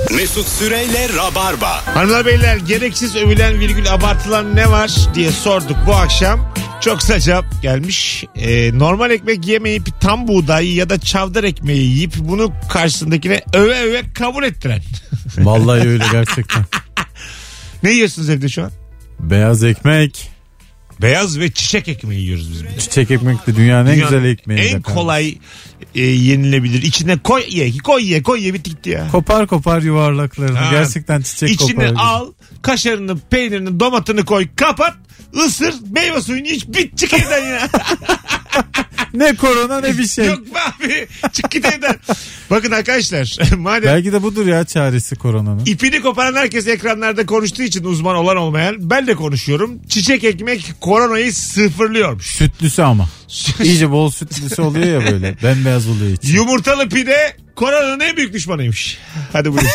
Mesut Süreyle Rabarba. Hanımlar beyler, gereksiz övülen virgül abartılan ne var diye sorduk bu akşam. Çok güzel cevap gelmiş. Normal ekmek yemeyip tam buğday ya da çavdar ekmeği yiyip bunu karşısındakine öve öve kabul ettiren. Vallahi öyle gerçekten. Ne yiyorsunuz evde şu an? Beyaz ekmek. Beyaz ve çiçek ekmeği yiyoruz biz. Çiçek ekmek de dünyanın en güzel ekmeği. En kolay yenilebilir. İçine koy ye bitti gitti ya. Kopar yuvarlaklarını. Gerçekten çiçek kopar. İçine al kaşarını, peynirini, domatını koy, kapat, ısır, meyve suyunu iç, bit, çık evden ya. Ne korona ne bir şey. Yok be abi, çık git evden. Bakın arkadaşlar, madem belki de budur ya çaresi koronanın. İpini koparan herkes ekranlarda konuştuğu için, uzman olan olmayan, ben de konuşuyorum. Çiçek ekmek koronayı sıfırlıyormuş. Sütlüsü ama. İyice bol sütlüsü oluyor ya böyle. Bembeyaz oluyor içi. Yumurtalı pide koronanın en büyük düşmanıymış. Hadi buyur.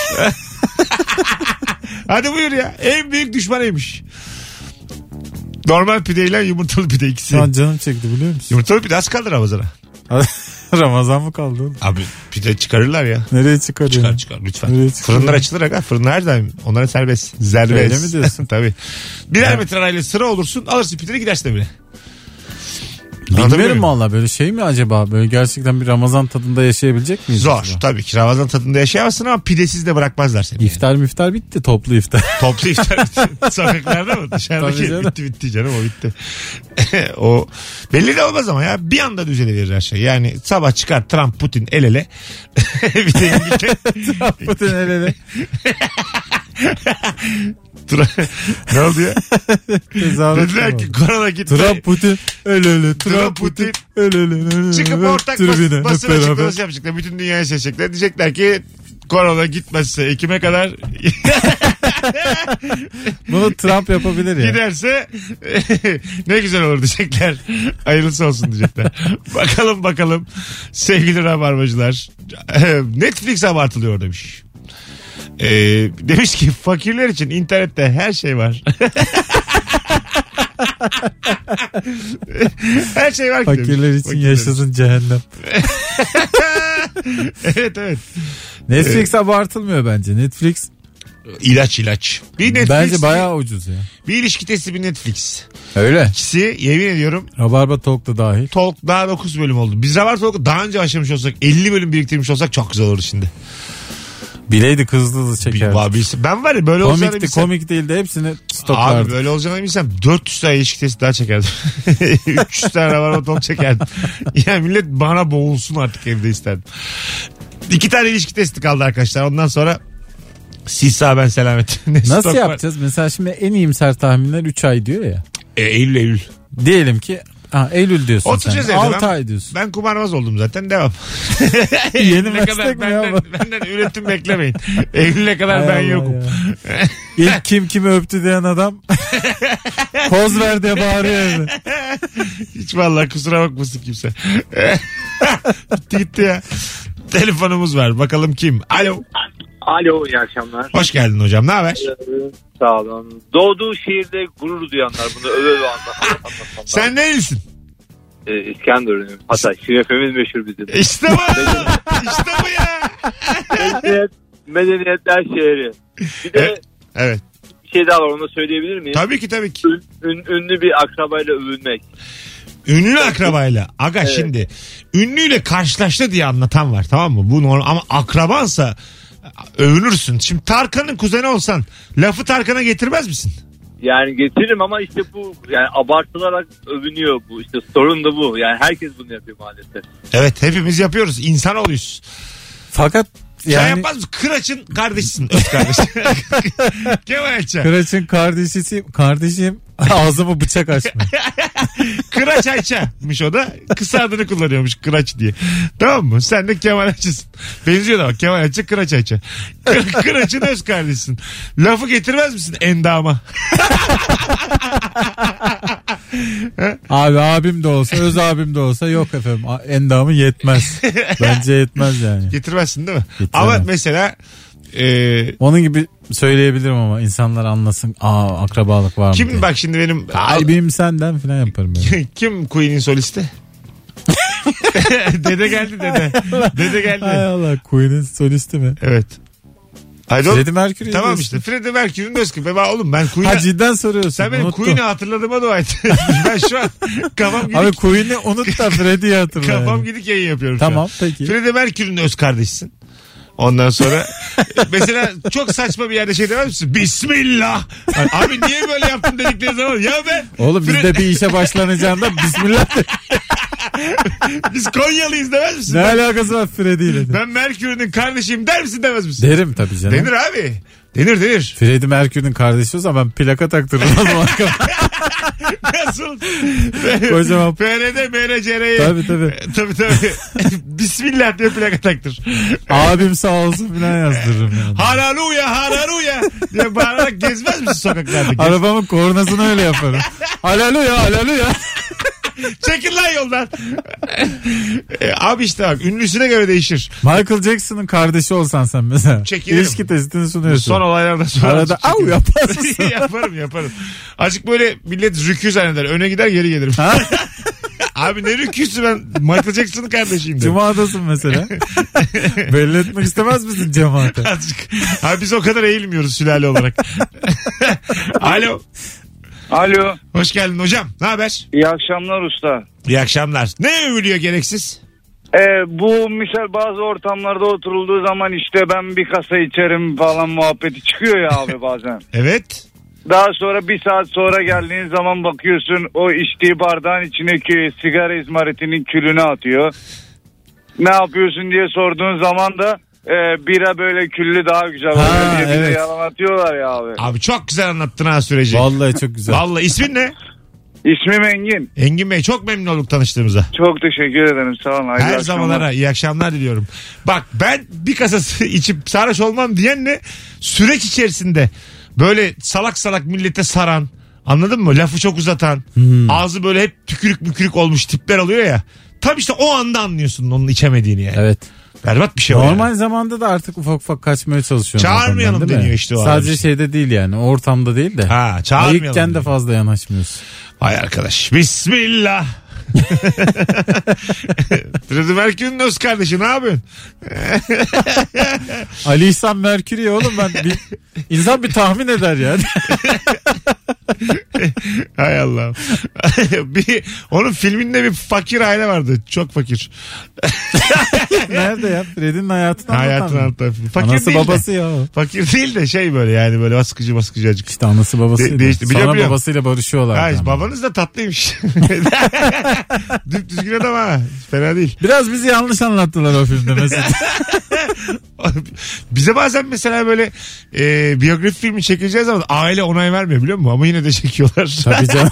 Hadi buyur ya. En büyük düşmanıymış. Normal pideyle yumurtalı pide ikisi. Şu an canım çekti biliyor musun? Yumurtalı pide az kalır Ramazan'a. Ramazan mı kaldı oğlum? Abi pide çıkarırlar ya. Nereye çıkarıyor? Çıkar lütfen. Fırınlar açılır aga. Fırınlar her daim. Onlara serbest. Zerbest. Öyle mi diyorsun? Tabii. Birer metre arayla sıra olursun, alırsın pideni, gidersin evine. Bilmiyorum valla, böyle şey mi acaba? Böyle gerçekten bir Ramazan tadında yaşayabilecek miyiz? Zor acaba? tabii ki. Ramazan tadında yaşayamazsın ama pidesiz de bırakmazlar seni. İftar bitti, toplu iftar. Toplu iftar bitti. Sokaklarda mı? Dışarıdaki bitti canım, o bitti. O belli de olmaz ama ya. Bir anda düzeleverir her şey. Yani sabah çıkar Trump Putin el ele. Bir de İngiltere. Trump Putin el ele. Ne oldu ya? Dediler ki korona gitti. Trump Putin öyle Trump Putin öyle. Çıkıp ortak basın açıklaması yapacaklar. Bütün dünyaya seçecekler. Diyecekler ki korona gitmezse Ekim'e kadar bunu Trump yapabilir ya. Giderse ne güzel olur diyecekler. Hayırlısı olsun diyecekler. Bakalım sevgili rabarbacılar. Netflix abartılıyor demiş. Demiş ki fakirler için internette her şey var. Her şey var ki fakirler demiş. için yaşasın cehennem. Evet. Netflix abartılmıyor bence. Netflix ilaç. Bir Netflix, bence bayağı ucuz ya. Bir ilişki testi, bir Netflix. Öyle. İkisi yemin ediyorum. Rabarba Talk da dahil. Talk daha 9 bölüm oldu. Biz Rabarba Talk'u daha önce başlamış olsak, 50 bölüm biriktirmiş olsak çok güzel olurdu şimdi. Bileydi hızlı çekerdi. Ben var ya böyle olacağını bilsem. Komik değil de hepsini stoklardım. Abi böyle olacağını bilsem 400 tane ilişki testi daha çekerdim. 300 tane Rabarba Talk çekerdim. Yani millet bana boğulsun artık evde isterdim. 2 tane ilişki testi kaldı arkadaşlar. Ondan sonra siz sağ ben selamet. Nasıl yapacağız? Mesela şimdi en iyimser tahminler 3 ay diyor ya. Eylül. Diyelim ki Eylül diyorsun oturacağız sen. 6 ay diyorsun. Ben kumarbaz oldum zaten, devam. Yeni meslek mi ya? Benden üretim beklemeyin. Eylül'e kadar ben yokum. İlk kimi öptü diyen adam poz ver diye bağırıyor. Hiç vallahi kusura bakmasın kimse. Gitti ya. Telefonumuz var. Bakalım kim? Alo. Alo, iyi akşamlar. Hoş geldin hocam. Ne haber? Sağ olun. Doğduğu şehirde gurur duyanlar bunu öve anlatır. Sen neylisin? İskenderun'um. Hatay. Şirefemiz meşhur bizim. İşte bu. İşte bu ya. Medeniyetler şehri. Bir de evet. Bir şey daha var, onu da söyleyebilir miyim? Tabii ki. Ünlü bir akrabayla övünmek. Ünlü akrabayla. Aga evet. Şimdi ünlüyle karşılaştı diye anlatan var, tamam mı? Bu normal, ama akrabansa övünürsün. Şimdi Tarkan'ın kuzeni olsan lafı Tarkan'a getirmez misin? Yani getiririm ama işte bu yani abartılarak övünüyor bu. İşte sorun da bu. Yani herkes bunu yapıyor maalesef. Evet, hepimiz yapıyoruz. İnsanoğluyuz. Fakat yani... Sen yapmaz mısın? Kıraç'ın kardeşisin. Öz kardeş. Kemal Ayça. Kıraç'ın kardeşim ağzıma bıçak açma. Kıraç Ayça'mış o da. Kısa adını kullanıyormuş Kıraç diye. Tamam mı? Sen de Kemal Ayça'sın. Benziyor da bak, Kemal Ayça, Kıraç Ayça. Kıraç'ın öz kardeşsin. Lafı getirmez misin endama? Abi abim de olsa, öz abim de olsa yok efendim. Endamı yetmez. Bence yetmez yani. Getirmezsin değil mi? Getiremem. Ama mesela onun gibi söyleyebilirim ama insanlar anlasın. Akrabalık var mı? Kim diye. bak şimdi benim kalbim senden falan yaparım ben. Kim Queen'in solisti? Dede geldi dede. Dede geldi. Hay Allah, Queen'in solisti mi? Evet. Hadi oğlum. Freddie Mercury. Tamam işte. Freddie Mercury'nin öz kızı. Oğlum ben Ha Queen'i... cidden soruyorsun. Sen benim Unuttum. Queen'i hatırladığıma dua et. Ben şu an kafam gidik. Abi Queen'i unut da Freddie'yi hatırla. Kafam yani. gidik yayın yapıyorum şu an. Tamam peki. Freddie Mercury'nin öz kardeşsin. Ondan sonra mesela çok saçma bir yerde şey demez misin? Bismillah. Abi niye böyle yaptın dedikleri zaman ya ben. Oğlum biz de bir işe başlanacağında bismillah. Biz Konyalıyız demez misin? Ne alakası var Freddie ile? Ben Mercury'nin kardeşiyim der misin demez misin? Derim tabii canım. Denir abi. Denir. Freddie Mercury'nin kardeşi olsa ben plaka taktırırım. Nasıl? Kocaman. PRD, MRCR'ye. Tabii. Bismillah diye plaka taktır. Abim sağ olsun falan yazdırırım yani. Haraluya diye bağırarak gezmez misin sokaklarda? Arabamın kornasını öyle yaparım. Halaluya. Çekil lan yoldan. Abi işte bak ünlüsüne göre değişir. Michael Jackson'ın kardeşi olsan sen mesela. Çekilirim. İlişki testini sunuyorsun. Son olaylardan sonra. Arada av yaparsın. Yaparım. Azıcık böyle millet rükû zanneder. Öne gider geri gelirim. Abi ne rükûsü ben Michael Jackson'ın kardeşiyim derim. Cuma'dasın mesela. Belli etmek istemez misin cemaate? Azıcık. Abi biz o kadar eğilmiyoruz sülale olarak. Alo. Alo. Hoş geldin hocam. Ne haber? İyi akşamlar usta. İyi akşamlar. Ne övülüyor gereksiz? Bu misal bazı ortamlarda oturulduğu zaman işte ben bir kasa içerim falan muhabbeti çıkıyor ya abi bazen. Evet. Daha sonra bir saat sonra geldiğin zaman bakıyorsun o içtiği bardağın içine sigara izmaritinin külünü atıyor. Ne yapıyorsun diye sorduğun zaman da bira böyle küllü daha güzel oluyor diye bize yalan atıyorlar ya abi. Abi çok güzel anlattın ha süreci. Vallahi çok güzel. Vallahi ismin ne? İsmim Engin. Engin Bey çok memnun olduk tanıştığımıza. Çok teşekkür ederim sağ olun. Her zamanlara iyi akşamlar diliyorum. Bak ben bir kasası içip sarhoş olmam diyenle süreç içerisinde böyle salak millete saran, anladın mı? Lafı çok uzatan, ağzı böyle hep tükürük olmuş tipler oluyor ya. Tabii işte o anda anlıyorsun onun içemediğini yani. Evet. Berbat bir şey o Normal yani. zamanda da artık ufak kaçmaya çalışıyorum. Çağırmayalım deniyor işte o. Sadece abi. şeyde değil yani ortamda değil de. Ha, çağırmayalım. Ayıkken de fazla yanaşmıyorsun. Vay arkadaş. Bismillah. Freddie Mercury'nin öz kardeşi ne yapıyorsun? Ali İhsan Merkür'ü oğlum insan bir tahmin eder yani. Hay Allah. Onun filminde bir fakir aile vardı. Çok fakir. Nerede ya? Freddie'nin hayatını anlatan. Fakir anası değil babası de. ya. Fakir değil de şey böyle yani böyle baskıcı acık. İşte anası babasıyla. Değişti. Sonra Biliyorum. babasıyla barışıyorlar. Ha, babanız da tatlıymış. Düzgün adam ha. Fena değil. Biraz bizi yanlış anlattılar o filmde mesela. Bize bazen mesela böyle biyografi filmi çekileceği zaman aile onay vermiyor biliyor musun? Ama yine de çekiyorlar. Tabii canım.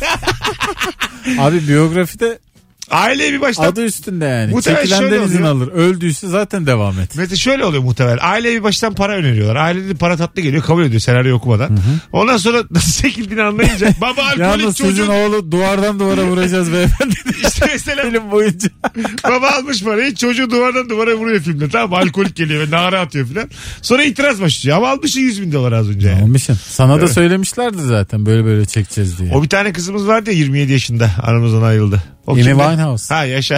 Abi biyografide aileyi bir baştan... adı üstünde yani. Muhtemelen Çekilenden izin oluyor. alır. Öldüyse zaten devam et. Mesela şöyle oluyor muhtemelen. Aileye bir baştan para öneriyorlar. Ailede para tatlı geliyor kabul ediyor senaryo okumadan. Hı hı. Ondan sonra nasıl çekildiğini anlayınca baba alkolik yalnız çocuğun... sizin oğlu duvardan duvara vuracağız beyefendi. İşte mesela film boyunca. baba almış parayı çocuğu duvardan duvara vuruyor filmde. Tamam alkolik geliyor ve nara atıyor filan. Sonra itiraz başlıyor. Ama almışsın 100.000 dolar az önce yani. Almışsın. Sana da söylemişlerdi zaten böyle çekeceğiz diye. O bir tane kızımız vardı ya 27 yaşında aramızdan ayrıldı. Amy Winehouse. Ha yaşa.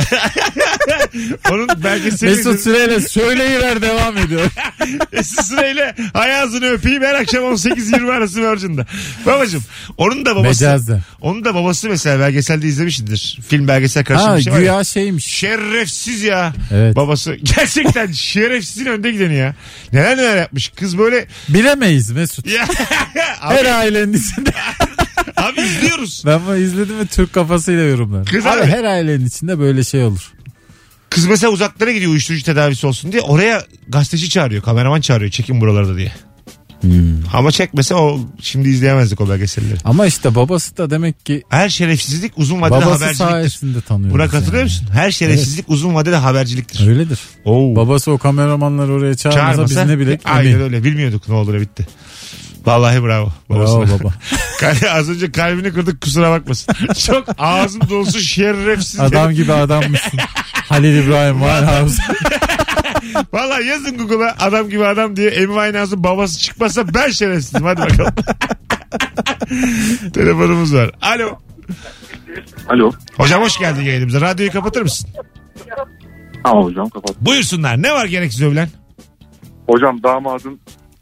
Onun belgeseli. Mesut Süreyle söyleyiver devam ediyor. Mesut Süreyle hayazını öpeyim her akşam 18-20 arası Virgin'de. Babacım onun da babası. Mecazda. Onun da babası mesela belgeselde izlemişsindir. Film belgesel karşılığı bir şey var güya ya. şeymiş. Şerefsiz ya. Evet. Babası gerçekten şerefsizin önde gideni ya. Neler yapmış. Kız böyle. Bilemeyiz Mesut. Ya, her ailenin içinde. Abi izliyoruz. Ben bunu izledim ve Türk kafasıyla yorumlar. Kız abi abi. her ailenin içinde böyle şey olur. Kız mesela uzaklara gidiyor uyuşturucu tedavisi olsun diye. Oraya gazeteci çağırıyor. Kameraman çağırıyor. Çekin buralarda diye. Ama çekmese o şimdi izleyemezdik o belgeselleri. Ama işte babası da demek ki her şerefsizlik uzun vadede babası haberciliktir. sayesinde tanıyoruz. Buna katılıyor musun? Her şerefsizlik uzun vadede haberciliktir. Öyledir. Oo. Babası o kameramanları oraya çağırmasa biz ne bilek. Aynen öyle. Bilmiyorduk ne olduğunu bitti. Vallahi bravo. Bravo baba. Az önce kalbini kırdık kusura bakmasın. Çok ağzım dolusu şerefsiz. Adam gibi adammışsın. Halil İbrahim Winehouse. Vallahi yazın Google'a adam gibi adam diye Amy Winehouse'un babası çıkmasa ben şerefsizim. Hadi bakalım. Telefonumuz var. Alo. Alo. Hocam hoş geldin yayınımıza. Radyoyu kapatır mısın? Tamam hocam kapat. Buyursunlar. Ne var gereksiz övülen? Hocam damadın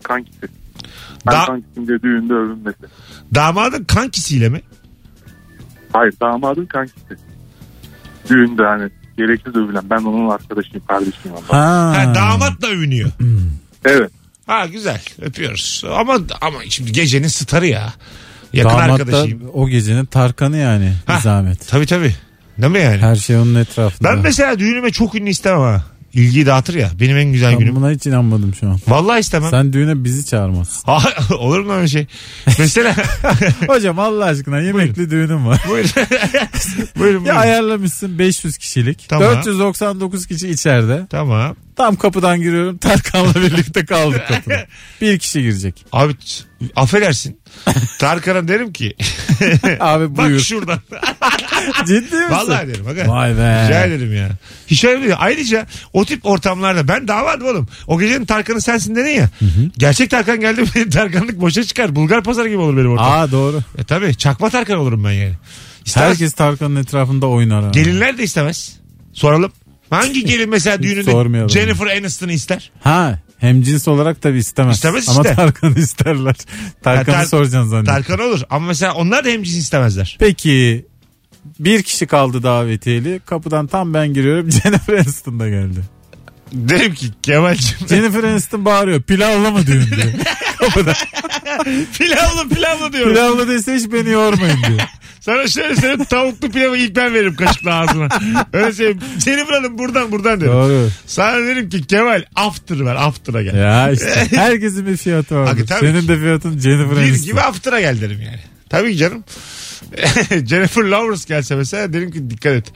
kankisi. Ben kankisim diye düğünde övünmesi. Damadın kankisiyle mi? Hayır, damadın kankisi. Düğünde hani gereksiz övülen, ben onun arkadaşıyım, kardeşiyim. Ha, damat da övünüyor. Evet. Ha, güzel, öpüyoruz. Ama şimdi gecenin starı ya. Yakın Damat arkadaşıyım. da o gecenin Tarkan'ı yani. Bir zahmet. Tabii. Değil mi yani? Her şey onun etrafında. Ben mesela düğünüme çok ünlü istemem ha. İlgiyi dağıtır ya. Benim en güzel günüm. Ben buna hiç inanmadım şu an. Vallahi istemem. Sen düğüne bizi çağırmazsın. Olur mu öyle şey? Mesela. Hocam Allah aşkına yemekli düğünüm var. Buyurun. Ya ayarlamışsın 500 kişilik. Tamam. 499 kişi içeride. Tamam. Tam kapıdan giriyorum. Tarkan'la birlikte kaldık kapıda. Bir kişi girecek. Abi affedersin. Tarkan'a derim ki. Abi bak buyur. şuradan. Ciddi misin? Vallahi derim. Aga. Vay be. Rica ederim ya. Hiç öyle değil. Ayrıca o tip ortamlarda ben davadım oğlum. O gecenin Tarkan'ı sensin dedin ya. Gerçek Tarkan geldi mi benim Tarkanlık boşa çıkar. Bulgar pazarı gibi olur benim ortam. Aa doğru. Tabii çakma Tarkan olurum ben yani. İstemez. Herkes Tarkan'ın etrafında oynar. Gelinler de istemez. Soralım. Hangi gelin mesela düğününde Jennifer Aniston'ı ister? Ha, hemcins olarak tabii istemez. İstemez ama işte. Tarkan'ı isterler. Tarkan'ı soracaksın zannediyorum. Tarkan olur ama mesela onlar da hemcins istemezler. Peki bir kişi kaldı davetiyeli. Kapıdan tam ben giriyorum. Jennifer Aniston da geldi. Derim ki Kemal'cim. Jennifer Aniston bağırıyor. Pilavlı mı düğün diyor. Kapıda. Pilavlı diyorum. Pilavlı dese hiç beni yormayın diyor. Sana şöyle söyleyeyim, tavuklu pilavı ilk ben veririm kaşıkla ağzına. Öyle söyleyeyim. Jennifer Hanım buradan derim. Doğru. Sana derim ki Kemal after var, after'a gel. Ya işte herkesin bir fiyatı var. Senin de fiyatın Jennifer Aniston. Bir gibi after'a gel derim yani. Tabii ki canım. Jennifer Lawrence gelse mesela derim ki dikkat et.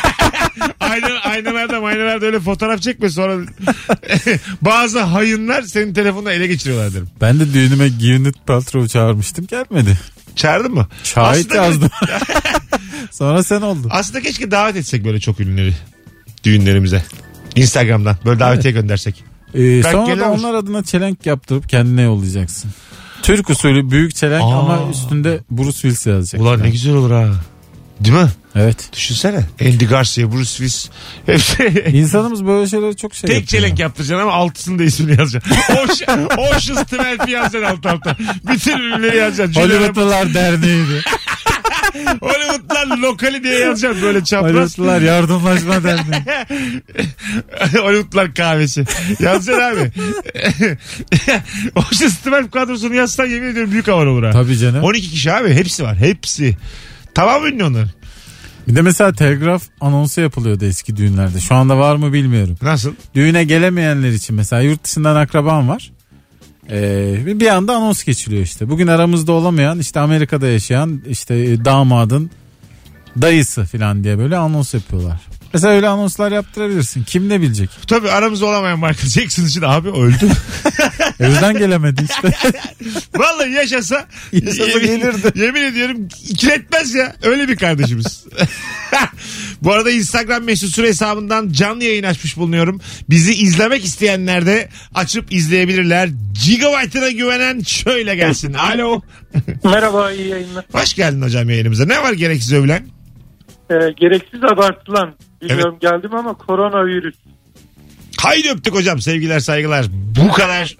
aynalarda öyle fotoğraf çekme, sonra bazı hayınlar senin telefonunu ele geçiriyorlar derim. Ben de düğünüme Gwyneth Paltrow çağırmıştım, gelmedi. Çağırdın mı? Şahit yazdım. Sonra sen oldun. Aslında keşke davet etsek böyle çok ünlüleri düğünlerimize. Instagram'dan böyle davetiye göndersek. Sonra da onlar adına çelenk yaptırıp kendine yollayacaksın. Türk usulü büyük çelenk ama üstünde Bruce Willis yazacak. Ulan ne güzel olur ha. Değil mi? Evet. Düşünsene. Andy Garcia, Bruce Willis. Hepsi. İnsanımız böyle şeyleri çok tek yapıyor. Çelenk yaptıracaksın ama altısını da ismini yazacaksın. Ocean's 12 yazacaksın altta. Bütün ürünleri yazacaksın. Hollywoodlular Derneği'ydi. Hollywoodlular lokali diye yazacaksın böyle çapraz. Hollywoodlular Yardımlaşma Derneği. Hollywoodlular kahvesi. Yazacaksın abi. Ocean's 12 kadrosunu yazsan yemin ediyorum büyük havan olur ha. Tabii canım. 12 kişi abi, hepsi var. Hepsi. Tamam ünlü onlar. Bir de mesela telgraf anonsu yapılıyordu eski düğünlerde. Şu anda var mı bilmiyorum. Nasıl? Düğüne gelemeyenler için mesela yurt dışından akraban var. Bir anda anons geçiliyor işte. Bugün aramızda olamayan, işte Amerika'da yaşayan işte damadın dayısı falan diye böyle anons yapıyorlar. Mesela öyle anonslar yaptırabilirsin. Kim ne bilecek? Tabii aramızda olamayan Michael Jackson için abi öldü. Evden gelemedi işte. Vallahi yaşasa gelirdi. Yemin ediyorum ikiletmez ya. Öyle bir kardeşimiz. Bu arada Instagram mesut süre hesabından canlı yayın açmış bulunuyorum. Bizi izlemek isteyenler de açıp izleyebilirler. Gigabyte'ına güvenen şöyle gelsin. Alo. Merhaba, iyi yayınlar. Hoş geldin hocam yayınımıza. Ne var gereksiz övülen? Gereksiz abartılan, bilmiyorum geldim ama koronavirüs. Haydi öptük hocam, sevgiler saygılar. Bu kadar.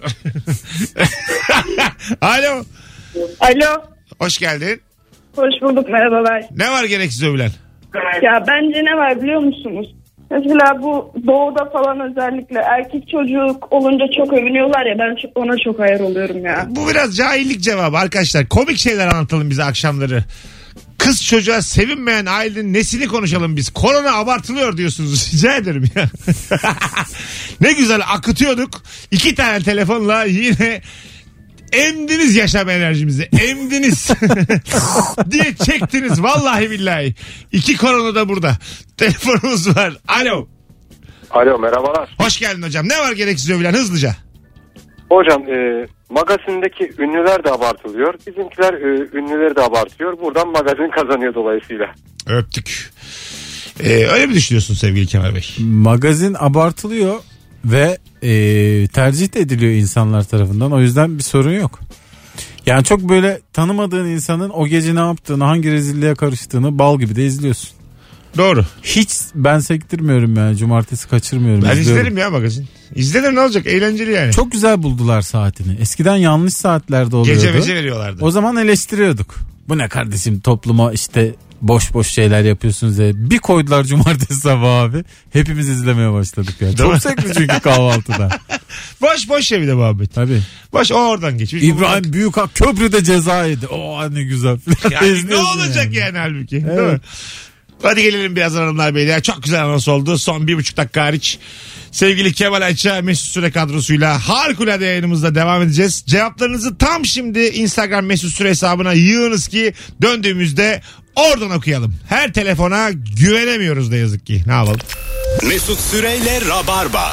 Alo. Alo. Hoş geldin. Hoş bulduk, merhabalar. Ne var gereksiz övülen? Ya bence ne var biliyor musunuz? Mesela bu doğuda falan özellikle erkek çocuk olunca çok övünüyorlar ya, ben ona çok hayır oluyorum ya. Bu biraz cahillik cevabı arkadaşlar. Komik şeyler anlatalım bize akşamları. Kız çocuğa sevinmeyen ailenin nesini konuşalım biz. Korona abartılıyor diyorsunuz. Rica ederim ya. Ne güzel akıtıyorduk. 2 tane telefonla yine emdiniz yaşam enerjimizi. Emdiniz. diye çektiniz. Vallahi billahi. 2 korona da burada. Telefonumuz var. Alo. Alo, merhabalar. Hoş geldin hocam. Ne var gereksiz övülen hızlıca? Hocam magazindeki ünlüler de abartılıyor. Bizimkiler ünlüleri de abartıyor. Buradan magazin kazanıyor dolayısıyla. Öptük. Öyle mi düşünüyorsun sevgili Kemal Bey? Magazin abartılıyor ve tercih de ediliyor insanlar tarafından. O yüzden bir sorun yok. Yani çok böyle tanımadığın insanın o gece ne yaptığını, hangi rezilliğe karıştığını bal gibi de izliyorsun. Doğru. Hiç ben sektirmiyorum yani. Cumartesi kaçırmıyorum. Ben izliyorum. izlerim ya magazin. İzlenir, ne olacak? Eğlenceli yani. Çok güzel buldular saatini. Eskiden yanlış saatlerde oluyordu. Gece veriyorlardı. O zaman eleştiriyorduk. Bu ne kardeşim, topluma işte boş boş şeyler yapıyorsunuz diye. Bir koydular cumartesi sabahı abi. Hepimiz izlemeye başladık ya. Çok zevkli çünkü kahvaltıda. boş ya bir de muhabbet. Tabii. Boş, o oradan geçmiş. İbrahim Büyükak köprüde ceza yedi. Ne güzel. Yani ne olacak yani halbuki. Evet. Değil mi? Hadi gelelim biraz hanımlar beyler. Çok güzel anons oldu. Son 1,5 dakika hariç. Sevgili Kemal Ayça, Mesut Süre kadrosuyla harikulade yayınımızda devam edeceğiz. Cevaplarınızı tam şimdi Instagram Mesut Süre hesabına yığınız ki döndüğümüzde oradan okuyalım. Her telefona güvenemiyoruz ne yazık ki. Ne yapalım? Mesut Süreyle Rabarba.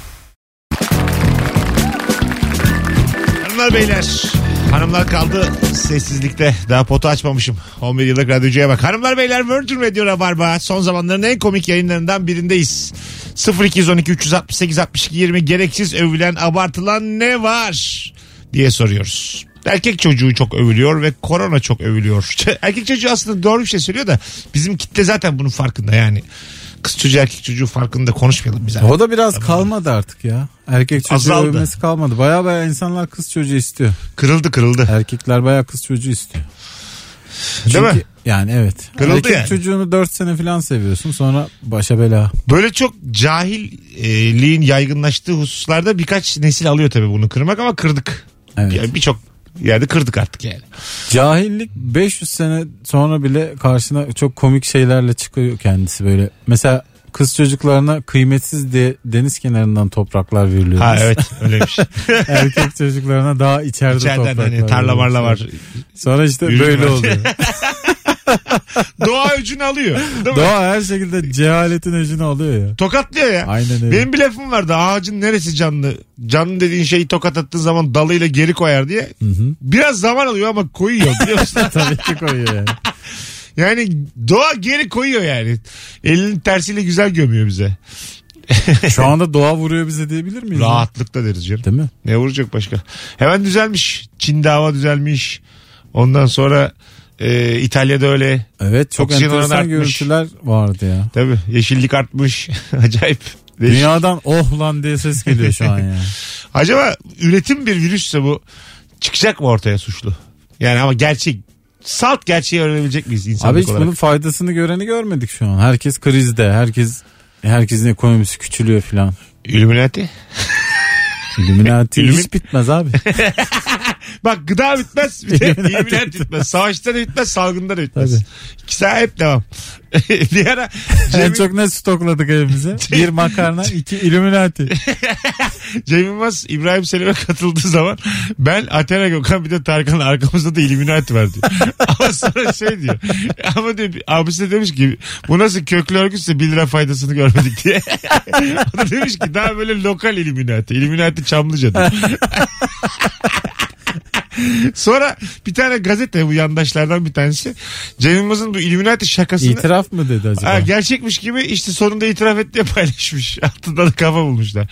Hanımlar beyler. Hanımlar kaldı sessizlikte. Daha potu açmamışım. 11 yıllık radyocuya bak. Hanımlar beyler, Virgin Radio Rabarba. Son zamanların en komik yayınlarından birindeyiz. 0212 368 62 20 gereksiz övülen, abartılan ne var diye soruyoruz. Erkek çocuğu çok övülüyor ve korona çok övülüyor. Erkek çocuğu aslında doğru bir şey söylüyor da bizim kitle zaten bunun farkında yani. Kız çocuğu erkek çocuğu farkında konuşmayalım biz. O da biraz kalmadı artık ya. Erkek çocuğu Azaldı. övmesi kalmadı. Baya insanlar kız çocuğu istiyor. Kırıldı. Erkekler baya kız çocuğu istiyor. Değil Çünkü, mi? Yani evet. Kırıldı erkek yani. çocuğunu 4 sene falan seviyorsun, sonra başa bela. Böyle çok cahilliğin yaygınlaştığı hususlarda birkaç nesil alıyor tabii bunu kırmak, ama kırdık. Evet. Yani birçok yerde kırdık artık yani. Cahillik 500 sene sonra bile karşına çok komik şeylerle çıkıyor kendisi böyle. Mesela kız çocuklarına kıymetsiz diye deniz kenarından topraklar veriliyor. Ha evet, öyleymiş. Erkek çocuklarına daha içeriden İçeriden topraklar hani tarla veriliyor. marla var. Sonra işte Ürün böyle var. oluyor. Doğa öcünü alıyor. Değil mi? Doğa her şekilde cehaletin öcünü alıyor ya. Tokatlıyor ya. Aynen öyle. Benim bir lafım vardı. Ağacın neresi canlı? Canlı dediğin şeyi tokat attığın zaman dalıyla geri koyar diye. Biraz zaman alıyor ama koyuyor, biliyor musun? Tabii ki koyuyor yani. Yani doğa geri koyuyor yani. Elinin tersiyle güzel gömüyor bize. Şu anda doğa vuruyor bize diyebilir miyiz? Rahatlıkla deriz canım. Değil mi? Ne vuracak başka? Hemen düzelmiş. Çin'de hava düzelmiş. Ondan sonra İtalya'da öyle. Evet, çok Oksijen oranı enteresan artmış. görüntüler vardı ya. Tabii yeşillik artmış. Acayip. Değişik. Dünyadan oh lan diye ses geliyor şu an ya. Acaba üretim bir virüsse bu çıkacak mı ortaya suçlu? Yani ama gerçek, salt gerçeği öğrenebilecek miyiz insanlık Abi hiç olarak? bunun faydasını göreni görmedik şu an. Herkes krizde. Herkesin ekonomisi küçülüyor filan. Illuminati. Illuminati hiç bitmez abi. Bak, gıda bitmez. Bir de Illuminati bitmez. Savaşta da bitmez, salgında da bitmez. Tabii. İkisi hep devam. Bir ara En çok ne stokladık evimize? Bir makarna, 2 Illuminati. Cem Yılmaz İbrahim Selim'e katıldığı zaman ben, Athena Gökhan, bir de Tarkan, arkamızda da Illuminati var diyor. Ama sonra şey diyor. Ama diyor, abisi de demiş ki bu nasıl köklü örgütse 1 lira faydasını görmedik diye. O da demiş ki daha böyle lokal Illuminati. Illuminati Çamlıca diyor. Sonra bir tane gazete, bu yandaşlardan bir tanesi, Cem Yılmaz'ın bu Illuminati şakasını İtiraf mı dedi acaba? gerçekmiş gibi işte sonunda itiraf et diye paylaşmış. Altında da kafa bulmuşlar.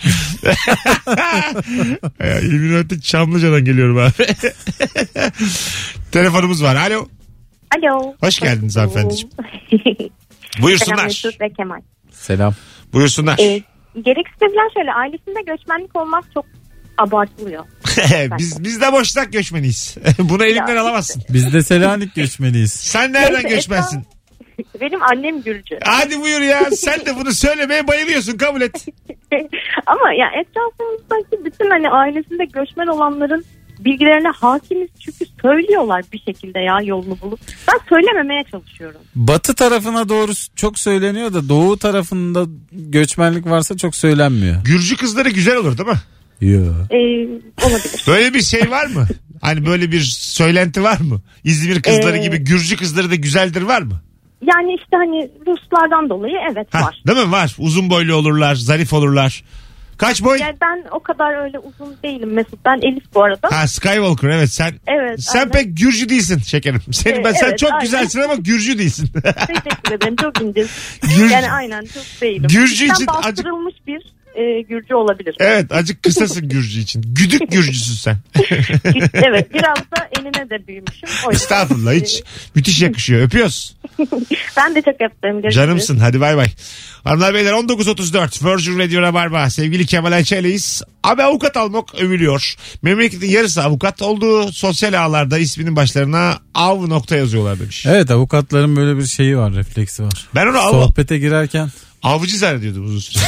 Illuminati Çamlıca'dan geliyorum abi. Telefonumuz var. Alo. Alo. Hoş geldiniz hanımefendiciğim. Buyursunlar. Selam Mesut ve Kemal. Selam. Buyursunlar. Gereksiz sevilen şöyle, ailesinde göçmenlik olmak çok abartılıyor. biz de boşnak göçmeniyiz. Bunu elimden alamazsın. Biz de Selanik göçmeniyiz. Sen nereden Neyse, göçmensin? Benim annem Gürcü. Hadi buyur ya. Sen de bunu söylemeye bayılıyorsun. Kabul et. Ama ya etrafımızdaki bütün hani ailesinde göçmen olanların bilgilerine hakimiz, çünkü söylüyorlar bir şekilde ya yolunu bulup. Ben söylememeye çalışıyorum. Batı tarafına doğru çok söyleniyor da doğu tarafında göçmenlik varsa çok söylenmiyor. Gürcü kızları güzel olur değil mi? Yok. Olabilir. Böyle bir şey var mı? Hani böyle bir söylenti var mı? İzmir kızları gibi Gürcü kızları da güzeldir, var mı? Yani işte hani Ruslardan dolayı evet var. Değil mi? Var. Uzun boylu olurlar, zarif olurlar. Kaç boy? Yani ben o kadar öyle uzun değilim Mesut. Ben Elif bu arada. Ha, Skywalker, evet sen. Evet. Sen aynen. pek Gürcü değilsin şekerim. Sen Evet, çok aynen. güzelsin ama Gürcü değilsin. Teşekkür ederim. Çok incesin. Gürcü- Yani aynen çok değilim. Gürcü İçten için bastırılmış bir Gürcü olabilir. Evet, azıcık kısasın Gürcü için. Güdük Gürcüsün sen. Evet, biraz da enine de büyümüşüm. Estağfurullah, hiç müthiş yakışıyor. Öpüyoruz. Ben de çok öptüm. Canımsın, hadi bay bay. Hanımlar beyler, 19.34 Virgin Radio Rabarba. Sevgili Kemal Ayça'yleyiz. Abi avukat almak övülüyor. Memleketin yarısı avukat olduğu sosyal ağlarda isminin başlarına av nokta yazıyorlar demiş. Evet, avukatların böyle bir şeyi var, refleksi var. Ben onu sohbete girerken avcı zannediyordum uzun süre.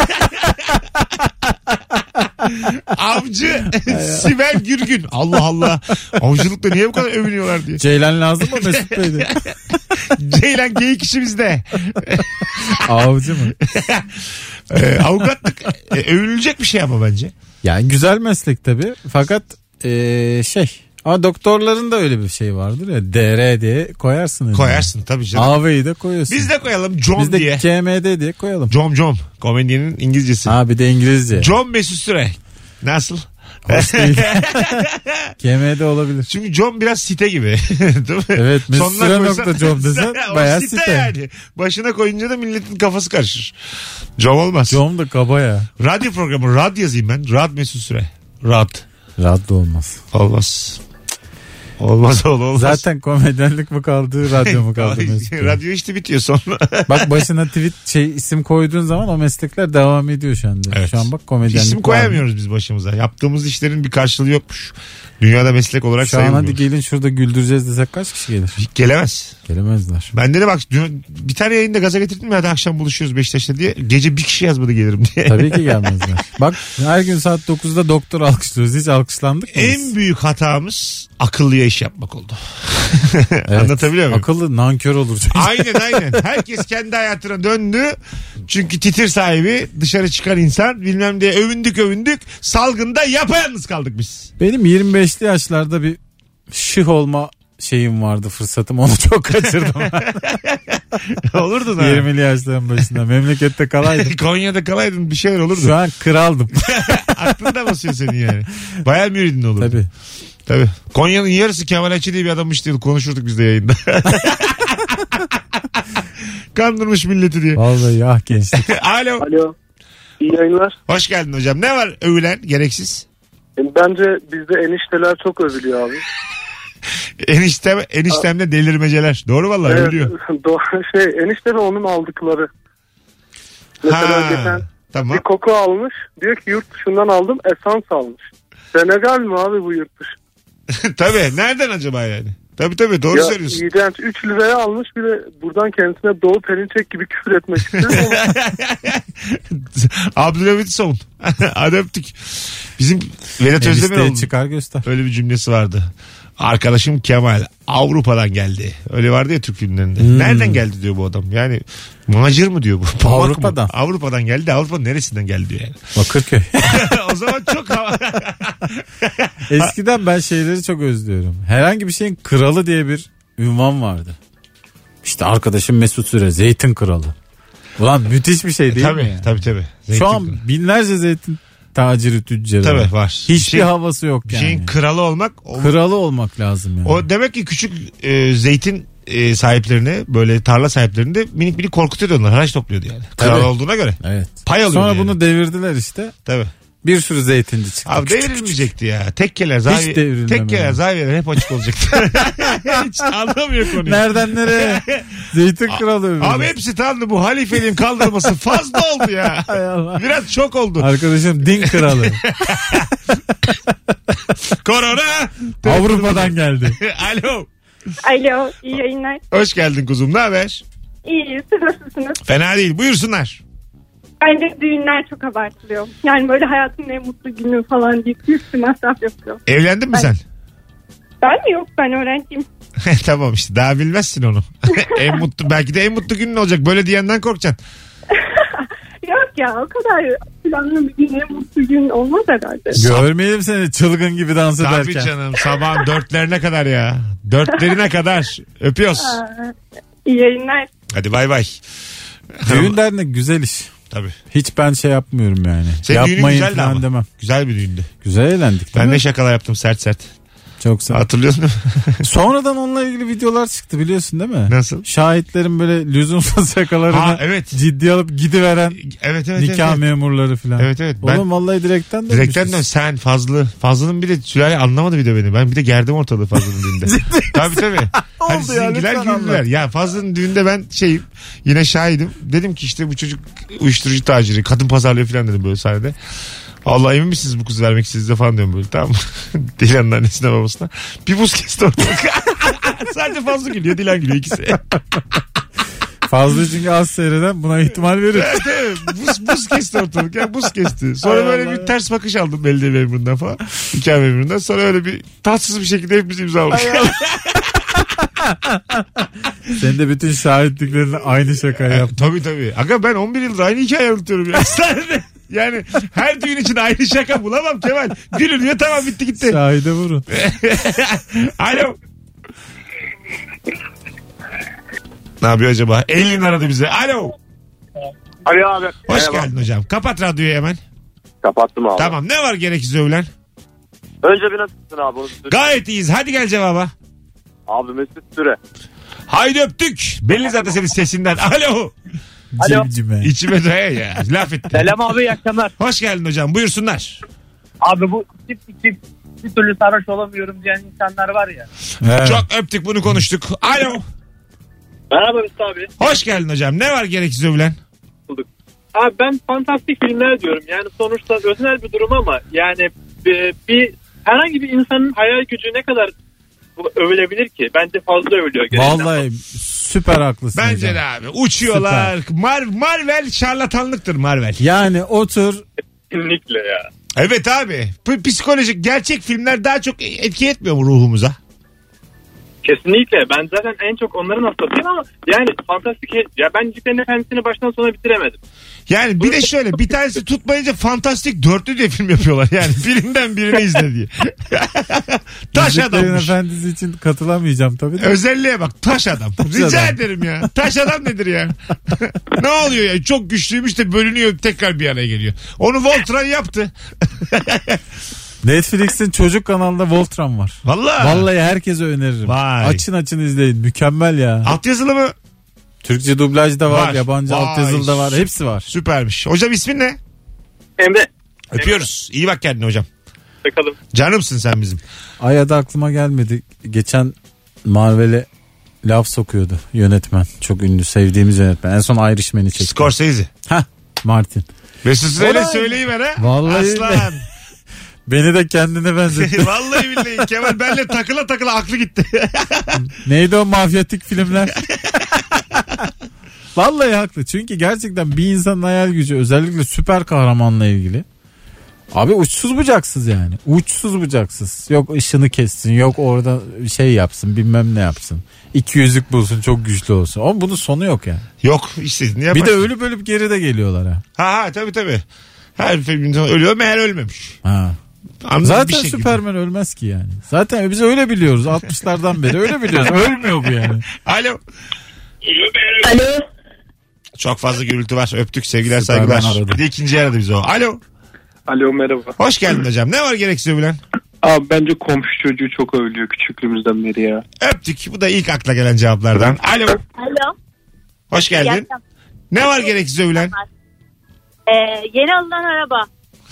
Avcı Sibel Gürgün. Allah Allah. Avcılıkta niye bu kadar övünüyorlar diye. Ceylan lazım mı Mesut Bey'de? Ceylan geyik işimizde. Avcı mı? Avukatlık övünülecek bir şey ama bence. Yani güzel meslek tabii. Fakat ama doktorların da öyle bir şey vardır ya. DR diye koyarsın. Yani. Koyarsın tabii canım. AV'yi de koyuyorsun. Biz de koyalım John Biz de diye. KMD diye koyalım. John. Komedyenin İngilizcesi. Ha, bir de İngilizce. John Mesut Süre. Nasıl? Hoş değil. KMD olabilir. Çünkü John biraz site gibi. Değil mi? Evet, Mesut Süre.com desen bayağı site. Yani. Başına koyunca da milletin kafası karışır. John olmaz. John da kaba ya. Radyo programı Rad yazayım ben. Rad Mesut Süre. Rad da olmaz. Olmaz. Olmaz. Zaten komedyenlik mi kaldı, radyo mu kaldı? Radyo işte bitiyor sonra. Bak, başına isim koyduğun zaman o meslekler devam ediyor şu anda. Evet. Şu an bak, komedyenlik İsim koyamıyoruz biz başımıza. Yaptığımız işlerin bir karşılığı yokmuş. Dünyada meslek olarak şu an sayılmıyor. hadi gelin şurada güldüreceğiz desek kaç kişi gelir? Gelemez. Gelemezler. Bende de bak, bir tane yayında gaza getirdim ya, hadi akşam buluşuyoruz Beşiktaş'ta diye. Gece bir kişi yazmadı gelirim diye. Tabii ki gelmezler. Bak, her gün saat 9'da doktor alkışlıyoruz. Hiç alkışlandık mı? En büyük hatamız akıllıya iş yapmak oldu. Evet, anlatabiliyor muyum? Akıllı nankör olur. Aynen. Herkes kendi hayatına döndü. Çünkü titir sahibi, dışarı çıkan insan bilmem diye övündük. Salgında yapayalnız kaldık biz. Benim 25'li yaşlarda bir şıh olma şeyim vardı, fırsatım, onu çok kaçırdım. Olurdu da. 20'li yaşların başında memlekette kalaydım. Konya'da kalaydın bir şeyler olurdu. Şu an kraldım. Aklında basıyor senin yani. Bayağı müridin olurdu. Tabii. Konya'nın yarısı Kemal Ayçi diye bir adammış diye konuşurduk biz de yayında. Kandırmış milleti diye. Vallahi gençlik. Alo. İyi yayınlar. Hoş geldin hocam. Ne var övülen gereksiz? Bence bizde enişteler çok övülüyor abi. Eniştemde delirmeceler. Doğru vallahi, evet, övülüyor. Enişte ve onun aldıkları. Mesela geçen tamam. bir koku almış. Diyor ki yurt dışından aldım, esans almış. Senegal mi abi bu yurt dışı? Tabii. Nereden acaba yani? Tabii doğru söylüyorsun. İğrenç. 3 liraya almış, bir de buradan kendisine Doğu Perinçek gibi küfür etmek istiyorum ama. Abdülhamit Savun. Hadi öptük. Bizim Vedat Özdemir'in çıkar göster. öyle bir cümlesi vardı. Arkadaşım Kemal Avrupa'dan geldi. Öyle vardı ya Türk filmlerinde. Nereden geldi diyor bu adam. Yani macir mı diyor bu? Avrupa'dan. Avrupa'dan geldi. Avrupa'nın neresinden geldi diyor yani. Bakırköy. O zaman çok Eskiden ben şeyleri çok özlüyorum. Herhangi bir şeyin kralı diye bir ünvan vardı. İşte arkadaşım Mesut Süre, zeytin kralı. Ulan müthiş bir şey değil mi? Yani? Tabii. Zeytin şu an binlerce zeytin taciri, tüccarı. Tabii var. Hiçbir havası yok bir yani. şeyin kralı olmak. Kralı olmak lazım yani. O demek ki küçük zeytin sahiplerini, böyle tarla sahiplerini de minik korkutuyordu onlar. Haraç topluyordu yani. Kral Tabii. olduğuna göre. Evet. Pay alıyordu. Sonra yani. bunu devirdiler işte. Tabii. Bir sürü zeytinci çıktı. Abi devrilmeyecekti ya. Tekkeler, zaviyeler hep açık olacaktı. Hiç anlamıyor konuyu. Nereden nereye? Zeytin kralı. Abi hepsi tanıdı, bu halifeliğin kaldırması fazla oldu ya. Biraz çok oldu. Arkadaşım din kralı. Korona. Avrupa'dan geldi. Alo. Alo, iyi yayınlar. Hoş geldin kuzum, ne haber? İyi, siz nasılsınız? Fena değil, buyursunlar. Bence düğünler çok abartılıyor. Yani böyle hayatımın en mutlu günü falan deyip büyük bir masraf yapıyor. Evlendin mi sen? Ben mi? Yok, ben öğrenciyim. Tamam işte, daha bilmezsin onu. Belki de en mutlu günün olacak. Böyle diyenden korkacaksın. Yok ya, o kadar planlı bir gün, en mutlu gün olmaz herhalde. Görmeyelim seni çılgın gibi dans ederken. Tabii canım, sabahın 4'lerine kadar ya. 4'lerine kadar. Öpüyoruz. İyi yayınlar. Hadi bay bay. Düğün dernek güzel iş. Tabii. Hiç ben şey yapmıyorum yani. Senin düğünün yapmayın güzeldi falan ama. demem. Güzel bir düğündü. Güzel eğlendik. Ben de şakalar yaptım sert. Çok sağ ol. Hatırlıyorsun değil mi? Sonradan onunla ilgili videolar çıktı biliyorsun değil mi? Nasıl? Şahitlerin böyle lüzumsuz şakalarını Ha, evet. ciddiye alıp gidiveren Evet. nikah memurları falan. Evet. Oğlum vallahi direkten dönmüşüz. Direkten dön sen Fazlı'nın bir de sülale anlamadı bir de beni. Ben bir de gerdim ortalığı Fazlı'nın düğünde. Tabii. Hani Oldu ya, sizinkiler lütfen güldüler. anlat. Ya Fazlı'nın düğünde ben yine şahidim. Dedim ki işte bu çocuk uyuşturucu taciri, kadın pazarlıyor falan dedim böyle sahnede. Allah emin misiniz bu kızı vermek istediğinizde falan diyorum böyle, tamam mı? Dilan'ın annesine babasına. Bir buz kesti ortalık. Sadece Fazlı gülüyor, Dilan gülüyor, ikisi. Fazla çünkü az seyreden buna ihtimal verir. Evet. Buz kesti ortalık ya, buz kesti. Sonra böyle bir ters bakış aldım belediye memurundan falan. Nikah memurundan. Sonra öyle bir tatsız bir şekilde hepimiz imzaladık. Sen de bütün şahitliklerini aynı şakayı yap. Tabii. Aga ben 11 yıldır aynı hikaye anlatıyorum ya. Yani her düğün için aynı şaka bulamam Kemal. Gülünüyor, tamam, bitti gitti. Şahide vurun. Alo. Ne yapıyor acaba? Elin aradı bize. Alo. Alo abi. Hoş Merhaba. geldin hocam. Kapat radyoyu hemen. Kapattım abi. Tamam, ne var gereksiz övülen? Önce bir nasılsın abi? Onu söyle. Gayet iyiyiz. Hadi gel cevaba. Abi Mesut Süre. Haydi öptük. Belli zaten senin sesinden. Alo. Alo. Cimcime. İçime daya ya. Laf ettim. Selam abi, iyi akşamlar. Hoş geldin hocam. Buyursunlar. Abi bu çift bir türlü sarhoş olamıyorum diyen insanlar var ya. Evet. Çok öptük, bunu konuştuk. Alo. Merhaba Mesut abi. Hoş geldin hocam. Ne var gereksiz övülen? Abi ben fantastik filmler diyorum. Yani sonuçta öznel bir durum ama yani bir herhangi bir insanın hayal gücü ne kadar övülebilir ki? Bence fazla övülüyor. Vallahi süper haklısın Bence hocam. de abi. Uçuyorlar. Marvel şarlatanlıktır Marvel. Yani otur Kesinlikle ya. Evet abi. Psikolojik gerçek filmler daha çok etki etmiyor mu ruhumuza? Kesinlikle. Ben zaten en çok onların hastasıyım ama yani fantastik ya ben Yüzüklerin Efendisi'ni baştan sona bitiremedim. Yani bir de şöyle, bir tanesi tutmayınca Fantastik Dörtlü diye film yapıyorlar. Yani birinden birini izle diye. Taş Yüzüklerin adammış. Efendisi için katılamayacağım tabii de. Özelliğe bak, taş adam. Rica ederim ya. Taş adam nedir ya? Ne oluyor ya? Çok güçlüymüş de bölünüyor, tekrar bir araya geliyor. Onu Voltron yaptı. Netflix'in çocuk kanalında Voltron var. Vallahi herkese öneririm. Vay. Açın izleyin. Mükemmel ya. Altyazılı mı? Türkçe dublaj da var, Var. yabancı Vay. altyazılı da var. Hepsi var. Süpermiş. Hocam ismin ne? Emre. Öpüyoruz. İyi bak kendine hocam. Bakalım. Canımsın sen bizim. Ay adı aklıma gelmedi. Geçen Marvel'e laf sokuyordu yönetmen. Çok ünlü, sevdiğimiz yönetmen. En son Irishman'i çekti. Scorsese. Hah, Martin. Mesut Süreyle Olay. söyleyiver ha. Vallahi Aslan. Beni de kendine benzetti. Vallahi billahi Kemal benle takıla aklı gitti. Neydi o mafyatik filmler? Vallahi haklı. Çünkü gerçekten bir insanın hayal gücü, özellikle süper kahramanla ilgili. Abi uçsuz bucaksız yani. Uçsuz bucaksız. Yok ışını kessin, yok orada şey yapsın, bilmem ne yapsın. 200'lük bulsun, çok güçlü olsun. Ama bunun sonu yok yani. Yok, istediğini Bir yaparsın. de ölüp ölüp geride geliyorlar ha. Ha tabii. Her filmde ölüyor, meğer ölmemiş. Ha. Anladın Zaten bir şekilde. Süperman ölmez ki yani. Zaten biz öyle biliyoruz. 60'lardan beri öyle biliyoruz. Ölmüyor bu yani. Alo. Alo. Çok fazla gürültü var. Öptük, sevgiler, Süperman saygılar. aradı. Bir de ikinci aradı bize o. Alo. Alo merhaba. Hoş geldin hocam. Ne var gereksiz övülen? Abi bence komşu çocuğu çok övülüyor küçüklüğümüzden beri ya. Öptük. Bu da ilk akla gelen cevaplardan. Alo. Alo. Hoş geldin. Ne var gereksiz övülen? Yeni alınan araba.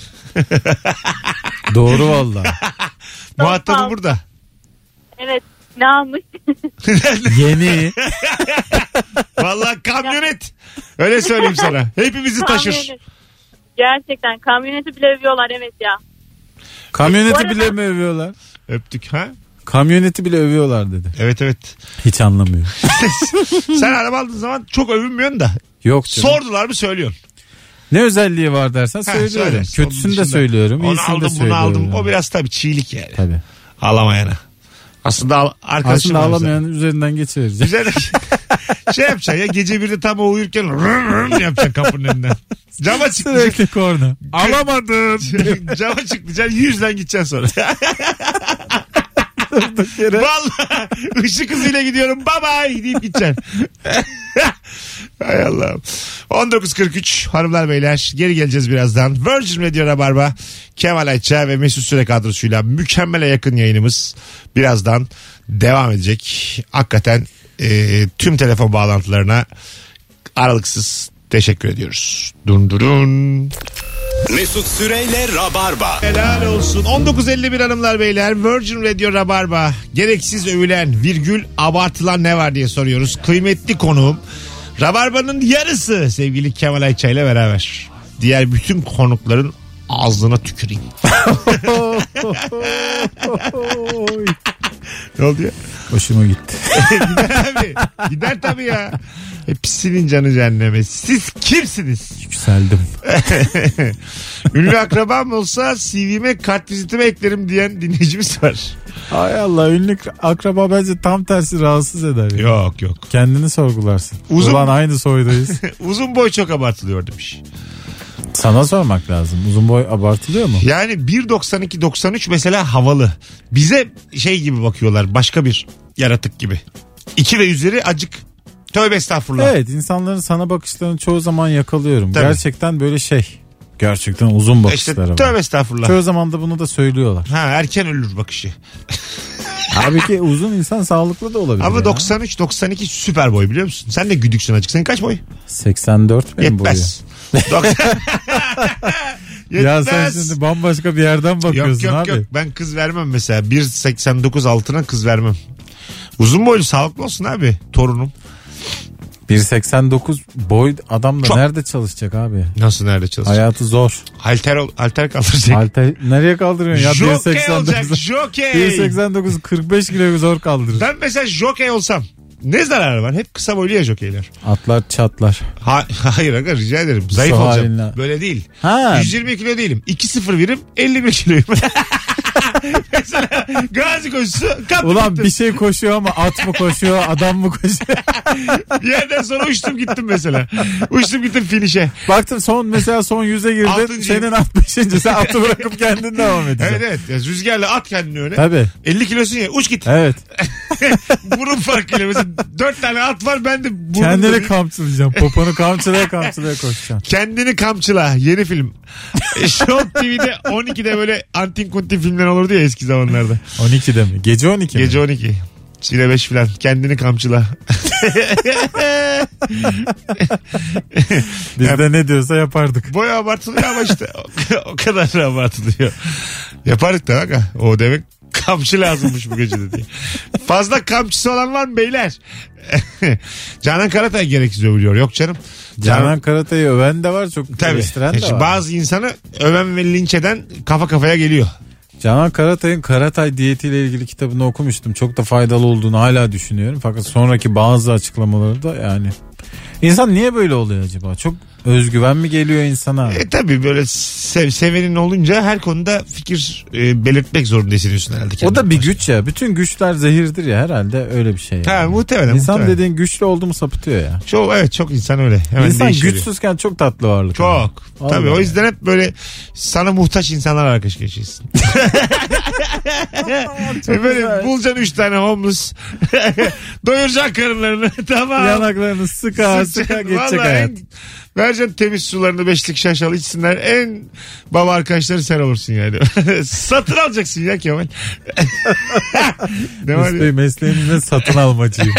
Doğru valla. Muhatabı burada. Evet. Ne almış? Yeni. Vallahi kamyonet. Öyle söyleyeyim sana. Hepimizi taşır. Kamyonet. Gerçekten kamyoneti bile övüyorlar, evet ya. Kamyoneti bile mi övüyorlar? Öptük ha. Kamyoneti bile övüyorlar dedi. Evet. Hiç anlamıyor. Sen araba aldığın zaman çok övünmüyorsun da. Yok canım. Sordular mı söylüyorsun. Ne özelliği var dersen söylüyorum. söylersin. Kötüsünü Onun de dışında söylüyorum. Onu İyisini de aldım, bunu söylüyorum. aldım. O biraz tabii çiğlik yani. Tabii. Alamayana. Aslında arkadaşım Aslında var alamayanın üzerinden geçireceğiz. Güzel. Şey yapacaksın ya, gece birde tam o uyurken yapacaksın kapının önünden. Cama çıkacaksın. Sürekli korna. Alamadın. Cama çıkacaksın, 100'den gideceksin sonra. Vallahi ışık hızıyla gidiyorum, bye bye deyip gideceksin. Hay Allah'ım. 19.43 hanımlar beyler, geri geleceğiz birazdan. Virgin Radio Rabarba, Kemal Ayça ve Mesut Süre kadrosuyla mükemmele yakın yayınımız birazdan devam edecek. Hakikaten tüm telefon bağlantılarına aralıksız teşekkür ediyoruz. Dun durun. Mesut Süreyle Rabarba. Helal olsun. 19.51 hanımlar beyler, Virgin Radio Rabarba. Gereksiz övülen, virgül abartılan ne var diye soruyoruz. Kıymetli konuğum Rabarba'nın yarısı sevgili Kemal Ayça ile beraber. Diğer bütün konukların ağzına tüküreyim. Ne oldu ya? Hoşuma gitti. Gider abi. Gider tabii ya. Hepsinin canı cehenneme. Siz kimsiniz? Yükseldim. Ünlü akrabam olsa CV'me kartvizitime eklerim diyen dinleyicimiz var. Hay Allah, ünlü akraba bence tam tersi rahatsız eder. Ya. Yok. Kendini sorgularsın. Uzun... Ulan aynı soydayız. Uzun boy çok abartılıyor demiş. Sana sormak lazım. Uzun boy abartılıyor mu? Yani 1.92-93 mesela havalı. Bize şey gibi bakıyorlar, başka bir yaratık gibi. 2 ve üzeri acık. Tövbe estağfurullah. Evet, insanların sana bakışlarını çoğu zaman yakalıyorum. Tabii. Gerçekten böyle şey. Gerçekten uzun bakışları İşte, var. tövbe estağfurullah. Çoğu zaman da bunu da söylüyorlar. Ha, erken ölür bakışı. Abi ki uzun insan sağlıklı da olabilir. Ama ya. 93-92 süper boy, biliyor musun? Sen de güdüksün açık. Senin kaç boy? 84 benim boyu. Yetmez. Ya sen şimdi bambaşka bir yerden bakıyorsun abi. Yok. Ben kız vermem mesela. 1.89 altına kız vermem. Uzun boylu sağlıklı olsun abi. Torunum. 1.89 boy adam da çok... nerede çalışacak abi? Nasıl nerede çalışacak? Hayatı zor. Halter kaldıracak. Nereye kaldırıyorsun ya? Jokey olacak. Jokey. 1.89 45 kiloyu zor kaldırır. Ben mesela jokey olsam ne zararı var? Hep kısa boylu ya jokeyler. Atlar çatlar. Hayır aga, rica ederim. Zayıf Şu olacağım. halinle. Böyle değil. Ha. 120 kilo değilim. 2.0 birim 51 kiloyum. Mesela Gazi koşusu kaptım. Ulan gittim. bir şey koşuyor ama at mı koşuyor, adam mı koşuyor? Bir yerden sonra uçtum gittim mesela. Uçtum gittim finişe. Baktım son 100'e girdin. 6. Senin 60. sen atı bırakıp kendin devam edeceksin. Evet. Ya, rüzgarla at kendini öne. Tabii. 50 kilosun ya, uç git. Evet. Burun farkıyla mesela 4 tane at var, ben de burnumda. Kendini kamçılayacağım. Poponu kamçılaya koşacaksın. Kendini kamçıla. Yeni film. Show TV'de 12'de böyle antin kuntin filmler olurdu ya eski zamanlarda. 12'de mi? Gece 12 mi? Gece 12. Sine 5 falan. Kendini kamçıla. Biz de ne diyorsa yapardık. Boy abartılıyor ama işte o kadar abartılıyor. Yapardık da bak ha. O demek kamçı lazımmış bu gecede diye. Fazla kamçısı olan var mı beyler? Canan Karatay gereksiz övülüyor. Yok canım. Canan Karatay'ı öven de var, çok eleştiren de var. Bazı insanı öven ve linç eden kafa kafaya geliyor. Canan Karatay'ın Karatay diyetiyle ilgili kitabını okumuştum. Çok da faydalı olduğunu hala düşünüyorum. Fakat sonraki bazı açıklamaları da yani. İnsan niye böyle oluyor acaba? Çok özgüven mi geliyor insana? Tabii böyle sevenin olunca her konuda fikir belirtmek zorunda hissediyorsun herhalde. O da bir güç ya. Bütün güçler zehirdir ya, herhalde öyle bir şey. Yani. Ha, muhtemelen. İnsan dediğin güçlü oldu mu sapıtıyor ya. Çok insan öyle. Hemen İnsan değişiyor. Güçsüzken çok tatlı varlık. Çok. Yani. Tabii o yüzden hep böyle sana muhtaç insanlar arkadaş geçiyorsun. Böyle bulacaksın 3 tane homeless. Doyuracaksın karınlarını. Tamam. Yanaklarını sıka geçecek hayat. Vereceksin temiz sularını, 5'lik şaşalı içsinler. En baba arkadaşları sen olursun yani. Satın alacaksın ya Kemal. Mesleğimizde satın almacıyım.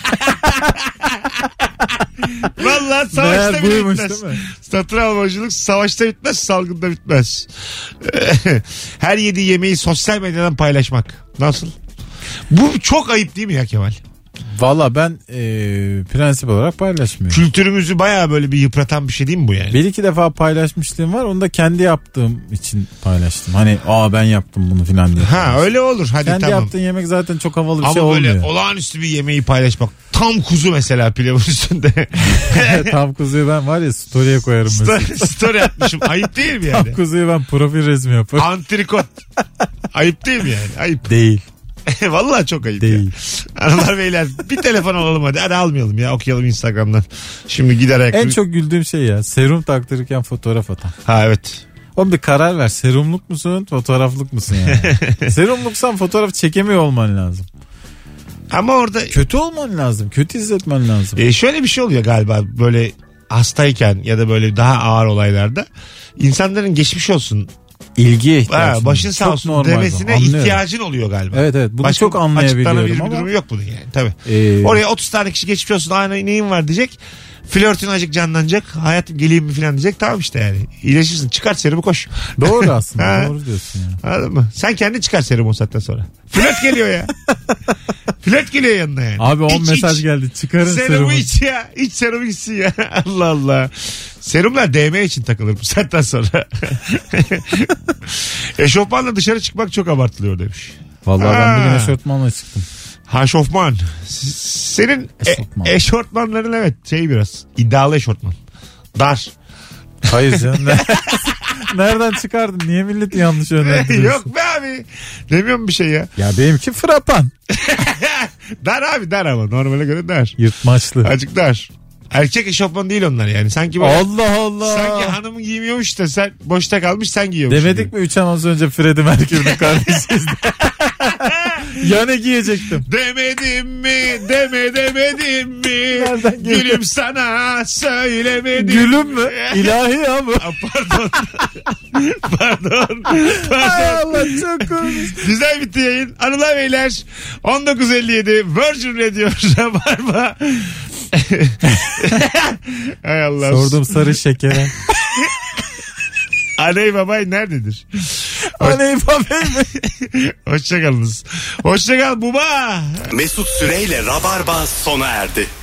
Vallahi savaşta bile bitmez. Değil mi? Satın almacılık savaşta bitmez, salgında bitmez. Her yediği yemeği sosyal medyadan paylaşmak. Nasıl? Bu çok ayıp değil mi ya Kemal? Valla ben prensip olarak paylaşmıyorum. Kültürümüzü bayağı böyle bir yıpratan bir şey değil mi bu yani? Bir iki defa paylaşmışlığım var. Onu da kendi yaptığım için paylaştım. Hani ben yaptım bunu filan diye. Ha, öyle olur. Hadi kendi tamam. yaptığın yemek zaten çok havalı bir ama şey olmuyor. Ama böyle olağanüstü bir yemeği paylaşmak. Tam kuzu mesela pilavın üstünde. Tam kuzuyu ben var ya story'e koyarım. Story atmışım. Ayıp değil mi yani? Tam kuzuyu ben profil resmi yaparım. Antrikot. Ayıp değil mi yani? Ayıp. Değil. Vallahi çok ayıp. Değil. Hanımlar beyler bir telefon alalım hadi. Hadi almayalım ya, okuyalım Instagram'dan. Şimdi giderek. En çok güldüğüm şey ya, serum taktırırken fotoğraf atan. Ha evet. Oğlum bir karar ver, serumluk musun fotoğraflık mısın yani? Serumluksan fotoğraf çekemiyor olman lazım. Ama orada Kötü olman lazım. Kötü hissetmen lazım. şöyle bir şey oluyor galiba, böyle hastayken ya da böyle daha ağır olaylarda insanların geçmiş olsun, İlgiye ihtiyacın. başın sağ Çok olsun normal bu. demesine Anlıyorum. ihtiyacın oluyor galiba. Evet evet, bunu Başka çok anlayabiliyorum açıklanabilir ama. bir durumu yok bunun yani. Tabii. Ee, Oraya 30 tane kişi geçmiş olsun, aynı neyin var diyecek. Flörtün azıcık canlanacak. Hayatım geleyim mi falan diyecek. Tamam işte yani. İyileşirsin. Çıkart serumu, koş. Doğru aslında. Ha. Doğru diyorsun ya. Anladın mı? Sen kendi çıkar serumu o saatten sonra. Flört geliyor ya. Flört geliyor yanına yani. Abi 10 İç, mesaj iç. geldi. Çıkarın Serumu serumu. iç ya. İç serumu içsin ya. Allah Allah. Serumlar DM için takılır bu saatten sonra. Eşofmanla dışarı çıkmak çok abartılıyor demiş. Vallahi ben Ha. bugün eşortmanla çıktım. Haşofman. Senin Eşofman. eşortmanların evet biraz iddialı eşortman. Dar. Hayır canım. Nereden çıkardın? Niye milleti yanlış yönlendiriyorsun? Yok be abi. Demiyorum bir şey ya. Ya benimki frapan. Dar abi, dar ama normale göre dar. Yırtmaçlı. Azıcık dar. Erkek eşofman değil onlar yani. Sanki böyle, Allah Allah. sanki hanımın giymiyormuş da sen boşta kalmış, sen giyiyormuşsun. Demedik mi 3 an önce Freddie Mercury'nin kardeşiyiz de. Ya ne giyecektim? Demedim mi? Demedim mi? Nereden geliyor? Gülüm sana söylemedim. Gülüm mü? İlahi ya bu. Pardon. Pardon. Ay Allah, çok komik. Güzel bitti yayın. Hanımlar beyler, 19.57 Virgin Radio Rabarba. Hay Allah. Sordum sarı şekere. Aney babay nerededir? Aney babay mı? Hoşçakalınız. Hoşçakal baba. Mesut Süreyle Rabarba sona erdi.